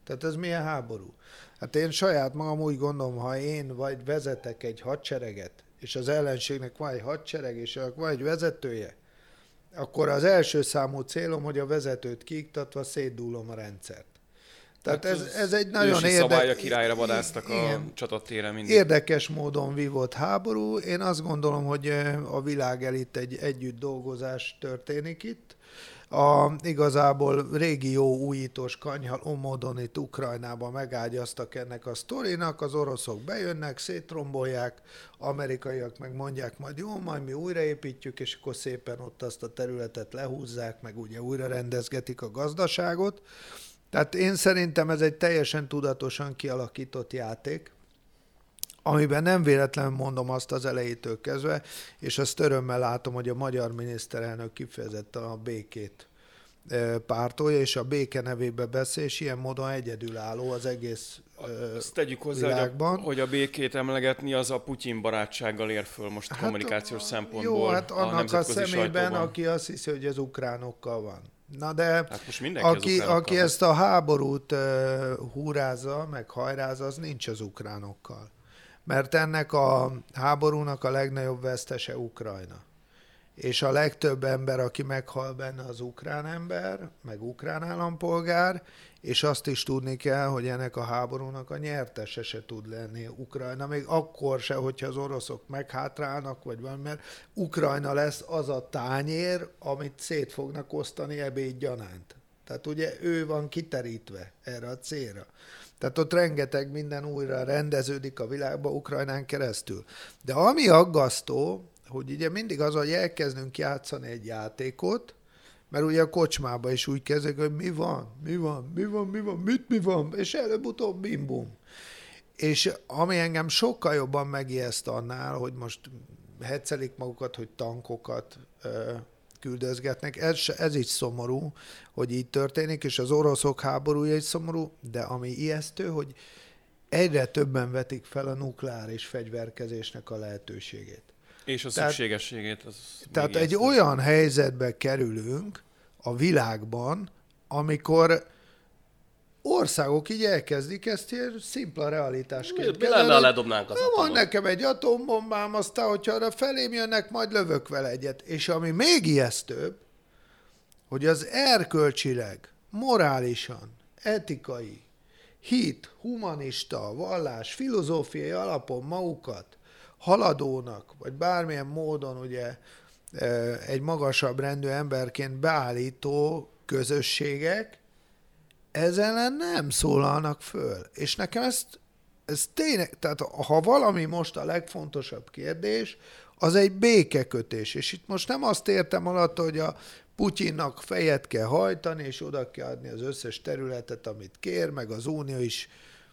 Tehát ez milyen háború? Hát én saját magam úgy gondolom, ha én vagy vezetek egy hadsereget, és az ellenségnek van egy hadsereg, és van egy vezetője, akkor az első számú célom, hogy a vezetőt kiiktatva szétdúlom a rendszert. Tehát ez egy nagyon szabálya királyra vadásztak a csatatéren mindig. Érdekes módon vívott háború. Én azt gondolom, hogy a világ elit egy együtt dolgozás történik itt. Igazából régi jó újítós kanyhaló módon itt Ukrajnában megágyaztak ennek a sztorinak, az oroszok bejönnek, szétrombolják, amerikaiak meg mondják, majd jó, majd mi újraépítjük, és akkor szépen ott azt a területet lehúzzák, meg ugye újra rendezgetik a gazdaságot. Tehát én szerintem ez egy teljesen tudatosan kialakított játék, amiben nem véletlenül mondom azt az elejétől kezdve, és azt örömmel látom, hogy a magyar miniszterelnök kifejezetten a békét pártolja, és a béke nevébe beszél, és ilyen módon egyedülálló az egész azt tegyük hozzá, világban. Hogy a békét emlegetni, az a Putyin barátsággal ér föl most kommunikációs szempontból. Jó, hát annak a szemében, sajtóban. Aki azt hiszi, hogy az ukránokkal van. Na de hát most aki ezt a háborút húrázza, meg hajrázza, az nincs az ukránokkal. Mert ennek a háborúnak a legnagyobb vesztese Ukrajna. És a legtöbb ember, aki meghal benne, az ukrán ember, meg ukrán állampolgár, és azt is tudni kell, hogy ennek a háborúnak a nyertese se tud lenni Ukrajna, még akkor se, hogyha az oroszok meghátrálnak, vagy valami, mert Ukrajna lesz az a tányér, amit szét fognak osztani ebédgyanánt. Tehát ugye ő van kiterítve erre a célra. Tehát ott rengeteg minden újra rendeződik a világban Ukrajnán keresztül. De ami aggasztó, hogy ugye mindig az, hogy elkezdünk játszani egy játékot, mert ugye a kocsmában is úgy kezdek, hogy mi van, mi van, és előbb-utóbb bim-bum. És ami engem sokkal jobban megijeszt annál, hogy most heccelik magukat, hogy tankokat küldözgetnek, ez is szomorú, hogy így történik, és az oroszok háborúja is szomorú, de ami ijesztő, hogy egyre többen vetik fel a nukleáris fegyverkezésnek a lehetőségét. És a szükségességét. Tehát egy olyan helyzetbe kerülünk a világban, amikor országok így elkezdik ezt ilyen szimpla realitásként. Mi lenne, ha ledobnánk az atomot? Van nekem egy atombombám, aztán, hogyha arra felém jönnek, majd lövök vele egyet. És ami még ijesztőbb, hogy az erkölcsileg, morálisan, etikai, hit, humanista, vallás, filozófiai alapon magukat haladónak, vagy bármilyen módon ugye egy magasabb rendű emberként beállító közösségek ezzel ellen nem szólalnak föl. És nekem ez tényleg, tehát ha valami most a legfontosabb kérdés, az egy békekötés. És itt most nem azt értem alatt, hogy a Putyinnak fejet kell hajtani, és oda kell adni az összes területet, amit kér, meg az Unió is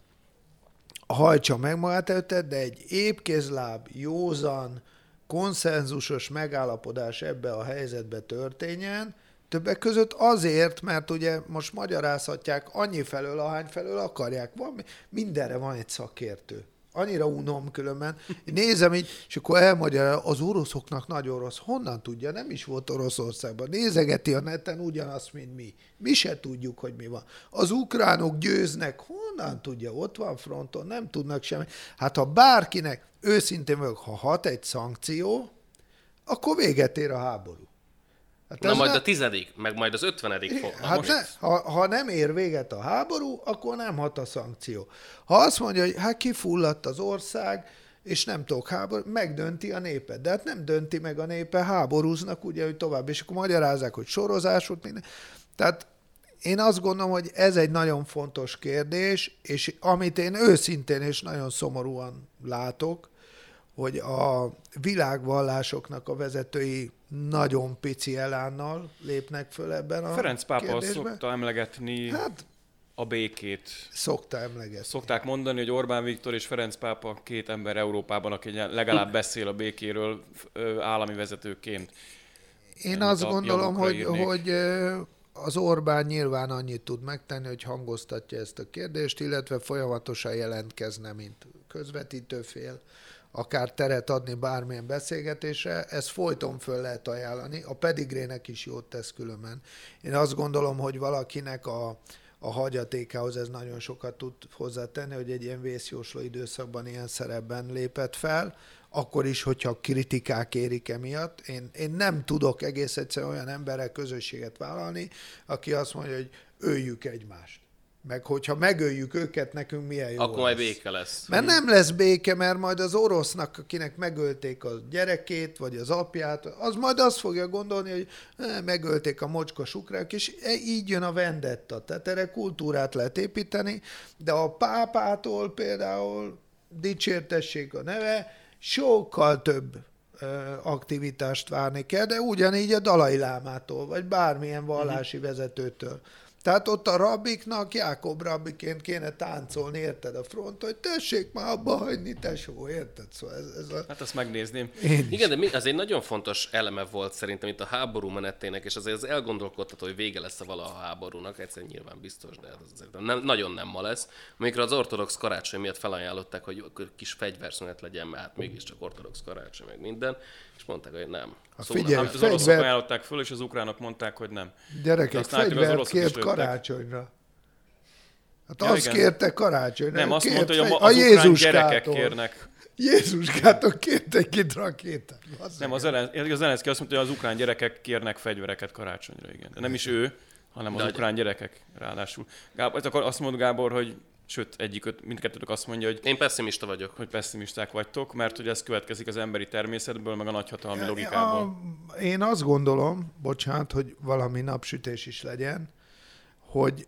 hajtsa meg magát előtte, de egy épkézláb, józan, konszenzusos megállapodás ebbe a helyzetbe történjen, többek között azért, mert ugye most magyarázhatják annyi felől, ahány felől akarják. Mindenre van egy szakértő. Annyira unom különben. Én nézem így, és akkor elmagyarázza, az oroszoknak nagyon rossz. Honnan tudja? Nem is volt Oroszországban. Nézegeti a neten ugyanazt, mint mi. Mi se tudjuk, hogy mi van. Az ukránok győznek. Honnan tudja? Ott van fronton, nem tudnak semmi. Hát ha bárkinek, őszintén vagyok, ha hat egy szankció, akkor véget ér a háború. Hát na majd a 10., meg majd az 50. fog. Hát ha nem ér véget a háború, akkor nem hat a szankció. Ha azt mondja, hogy hát kifulladt az ország, és nem tudok háború, megdönti a népet. De hát nem dönti meg a népe, háborúznak, ugye, hogy tovább. És akkor magyarázzák, hogy sorozás volt minden. Tehát én azt gondolom, hogy ez egy nagyon fontos kérdés, és amit én őszintén és nagyon szomorúan látok, hogy a világvallásoknak a vezetői nagyon pici elánnal lépnek föl ebben a Ferenc pápa kérdésben. szokta emlegetni a békét. Szokta emlegetni. Szokták mondani, hogy Orbán Viktor és Ferenc pápa két ember Európában, aki legalább beszél a békéről állami vezetőként. Én azt gondolom, hogy az Orbán nyilván annyit tud megtenni, hogy hangoztatja ezt a kérdést, illetve folyamatosan jelentkezne, mint közvetítőfél, akár teret adni bármilyen beszélgetésre, ezt folyton föl lehet ajánlani, a pedigrének is jót tesz különben. Én azt gondolom, hogy valakinek a hagyatékához ez nagyon sokat tud hozzátenni, hogy egy ilyen vészjósló időszakban ilyen szerepben lépett fel, akkor is, hogyha kritikák érik emiatt. Én nem tudok egész egyszerűen olyan emberrel közösséget vállalni, aki azt mondja, hogy öljük egymást. Meg hogyha megöljük őket, nekünk milyen jó akkor lesz. majd béke lesz. Mert nem lesz béke, mert majd az orosznak, akinek megölték a gyerekét, vagy az apját, az majd azt fogja gondolni, hogy megölték a mocskos ukránok, és így jön a vendetta. Tehát erre kultúrát lehet építeni, de a pápától például dicsértessék a neve, sokkal több aktivitást várni kell, de ugyanígy a Dalai Lámától, vagy bármilyen vallási vezetőtől. Tehát ott a rabbiknak Jákob rabbiként kéne táncolni, érted, a front, hogy tessék már abba hagyni, tesó, érted? Szóval ez a... Hát azt megnézném. Igen, de az egy nagyon fontos eleme volt szerintem itt a háború menetének, és azért az elgondolkodtató, hogy vége lesz a valaha a háborúnak, egyszerűen nyilván biztos, de ez nagyon nem ma lesz. Amikor az ortodox karácsony miatt felajánlották, hogy kis fegyverszünet legyen, mert hát mégiscsak ortodox karácsony, meg minden, és mondták, hogy nem. Figyelj, az oroszok ajánlották föl, és az ukránok mondták, hogy nem. Gyerekek, fegyvert kért karácsonyra. Hát ja, azt igen. Kérte karácsonyra. Nem, azt mondta, hogy az ukrán gyerekek kérnek. Jézuskától kértek itt rakétát. Nem, az Zelenszky azt mondta, hogy az ukrán gyerekek kérnek fegyvereket karácsonyra, igen. De nem is ő, hanem az ukrán gyerekek ráadásul. Akkor azt mondta Gábor, hogy sőt, mindkettőtök azt mondja, hogy... Én pessimista vagyok. Hogy pessimisták vagytok, mert hogy ez következik az emberi természetből, meg a nagyhatalmi logikából. Én azt gondolom, bocsánat, hogy valami napsütés is legyen, hogy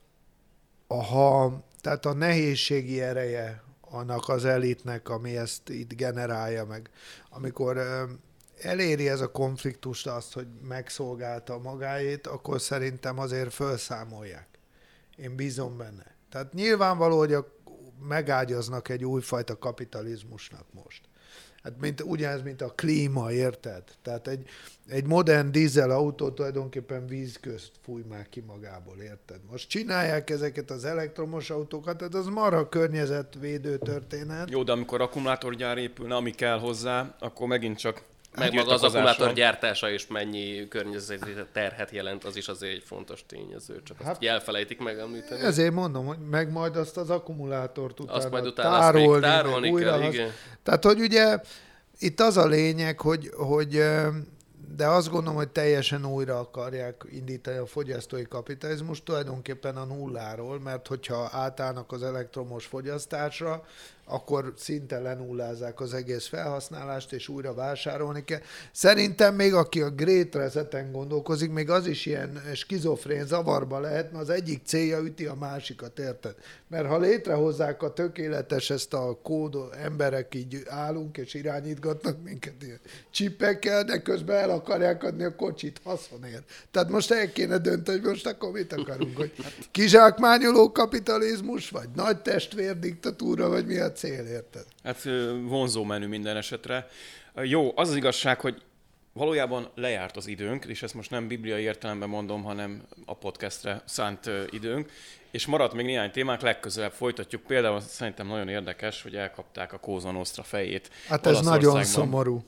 tehát a nehézségi ereje annak az elitnek, ami ezt itt generálja meg, amikor eléri ez a konfliktust azt, hogy megszolgálta magáét, akkor szerintem azért felszámolják. Én bízom benne. Tehát nyilvánvaló, hogy megágyaznak egy újfajta kapitalizmusnak most. Hát ugyanez, mint a klíma, érted? Tehát egy modern dízelautó tulajdonképpen víz közt fúj már ki magából, érted? Most csinálják ezeket az elektromos autókat, tehát az marha környezetvédő történet. Jó, de amikor akkumulátorgyár épülne, ami kell hozzá, akkor megint csak... Meg maga az akkumulátor gyártása is mennyi környezeti terhet jelent, az is azért egy fontos tényező, csak azt elfelejtik megemlíteni. Ezért mondom, hogy meg majd azt az akkumulátort utána tárolni újra. kell, igen. Tehát, hogy ugye itt az a lényeg, hogy de azt gondolom, hogy teljesen újra akarják indítani a fogyasztói kapitalizmus, tulajdonképpen a nulláról, mert hogyha átállnak az elektromos fogyasztásra, akkor szinte lenullázzák az egész felhasználást, és újra vásárolni kell. Szerintem még aki a Great Reseten gondolkozik, még az is ilyen skizofrén zavarba lehet, mert az egyik célja üti a másikat, érted? Mert ha létrehozzák a tökéletes ezt a kódot, emberek így állunk és irányítgatnak minket ilyen csipekkel, de közben el akarják adni a kocsit haszonért. Tehát most el kéne dönteni, hogy most akkor mit akarunk, hogy kizsákmányoló kapitalizmus, vagy nagy testvér diktatúra, vagy mi a cél, érted? Hát vonzó menü minden esetre. Jó, az az igazság, hogy valójában lejárt az időnk, és ezt most nem bibliai értelemben mondom, hanem a podcastre szánt időnk, és maradt még néhány témánk, legközelebb folytatjuk. Például szerintem nagyon érdekes, hogy elkapták a Cosa Nostra fejét. Hát ez nagyon szomorú.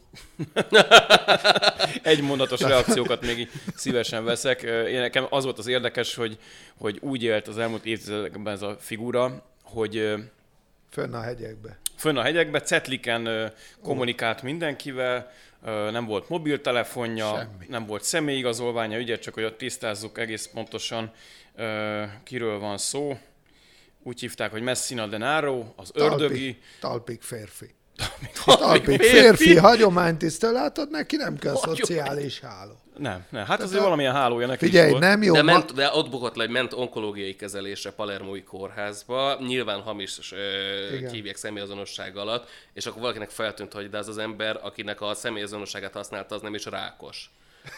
Egymondatos reakciókat még szívesen veszek. Nekem az volt az érdekes, hogy úgy élt az elmúlt évtizedekben ez a figura, hogy... Fönn a hegyekbe. Fönn a hegyekbe, cetliken kommunikált mindenkivel, nem volt mobiltelefonja, semmi. Nem volt személyigazolványa, ugye csak hogy ott tisztázzuk egész pontosan, kiről van szó. Úgy hívták, hogy Messina Denaro, az ördögi. Talpig férfi. Talpig férfi, hagyománytisztől, látod, neki nem kell szociális háló. Nem. Hát azért valamilyen hálója neki figyelj, is volt. Nem jó. De ott bukott le, hogy ment onkológiai kezelésre Palermói kórházba, nyilván hamis hívják személyazonosság alatt, és akkor valakinek feltűnt, hogy de az az ember, akinek a személyazonosságát használta, az nem is rákos.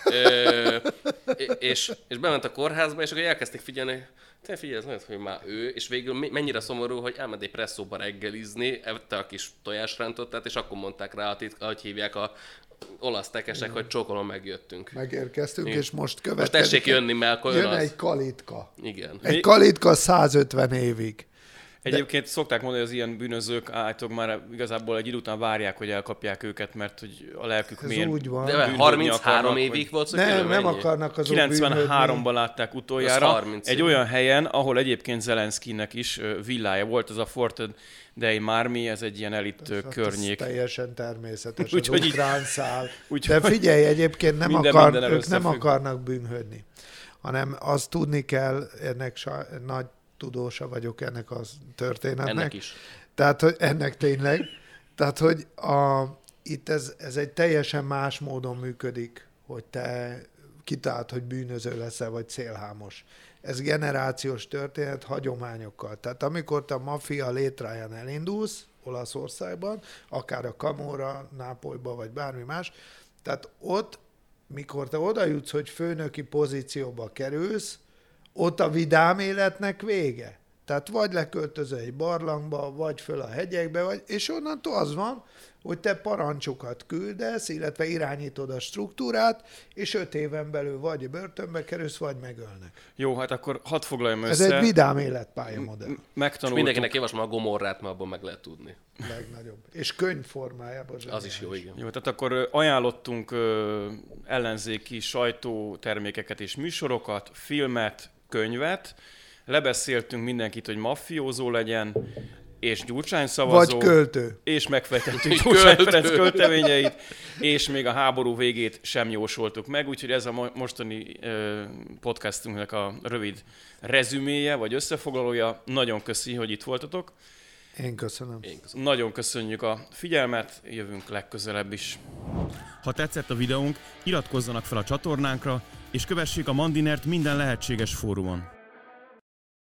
és bement a kórházba, és akkor elkezdték figyelni, te figyelj, ez nagyon, hogy már ő, és végül mennyire szomorú, hogy elment egy presszóba reggelizni, evette a kis tojásrántottát, és akkor mondták rá, hogy hívják a olasz tekesek, hogy csókolom, megjöttünk. Megérkeztünk, és most következik. Most tessék jönni, mert akkor jön egy kalitka. Igen. Egy kalitka 150 évig. Egyébként szokták mondani, hogy az ilyen bűnözők állítólag már igazából egy idő után várják, hogy elkapják őket, mert hogy a lelkük Ez milyen úgy van. De 33 évig volt szökélő, Nem mennyi? akarnak azok 93-ban látták utoljára, 30 egy év. olyan helyen, ahol egyébként Zelenszkinek is villája volt, az a Fort Dei Marmi, ez egy ilyen elit környék. Ez teljesen természetes, Úgy, az hogy így- ukrán szál. úgy, De hogy figyelj, egyébként minden ők nem összefügg. akarnak bűnhődni, hanem azt tudni kell, ennek nagy tudósa vagyok ennek a történetnek. Ennek is. Tehát, hogy ennek tényleg. Tehát, hogy itt ez egy teljesen más módon működik, hogy te kitaláld, hogy bűnöző leszel, vagy célhámos. Ez generációs történet hagyományokkal. Tehát amikor te a maffia létráján elindulsz, Olaszországban, akár a Camorra, Nápolyba, vagy bármi más, tehát ott, mikor te oda jutsz, hogy főnöki pozícióba kerülsz, ott a vidám életnek vége. Tehát vagy leköltözöl egy barlangba, vagy föl a hegyekbe, és onnantól az van, hogy te parancsokat küldesz, illetve irányítod a struktúrát, és 5 éven belül vagy börtönbe kerülsz, vagy megölnek. Jó, hát akkor hadd foglaljam Ez össze. egy vidám életpályamodell. És Megtanultuk. mindenkinek javaslom a Gomorrát, mert abban meg lehet tudni. Legnagyobb. És könyv formájában. Az is jó, igen. Jó, tehát akkor ajánlottunk ellenzéki sajtótermékeket és műsorokat, filmet, könyvet. Lebeszéltünk mindenkit, hogy maffiózó legyen, és Gyurcsány szavazó. Vagy költő. És megfejtettük Vagy Gyurcsány költő. Ferenc költeményeit, és még a háború végét sem jósoltuk meg, úgyhogy ez a mostani podcastunknak a rövid rezüméje, vagy összefoglalója. Nagyon köszi, hogy itt voltatok. Én köszönöm. Nagyon köszönjük a figyelmet, jövünk legközelebb is. Ha tetszett a videónk, iratkozzanak fel a csatornánkra, és kövessék a Mandinert minden lehetséges fórumon.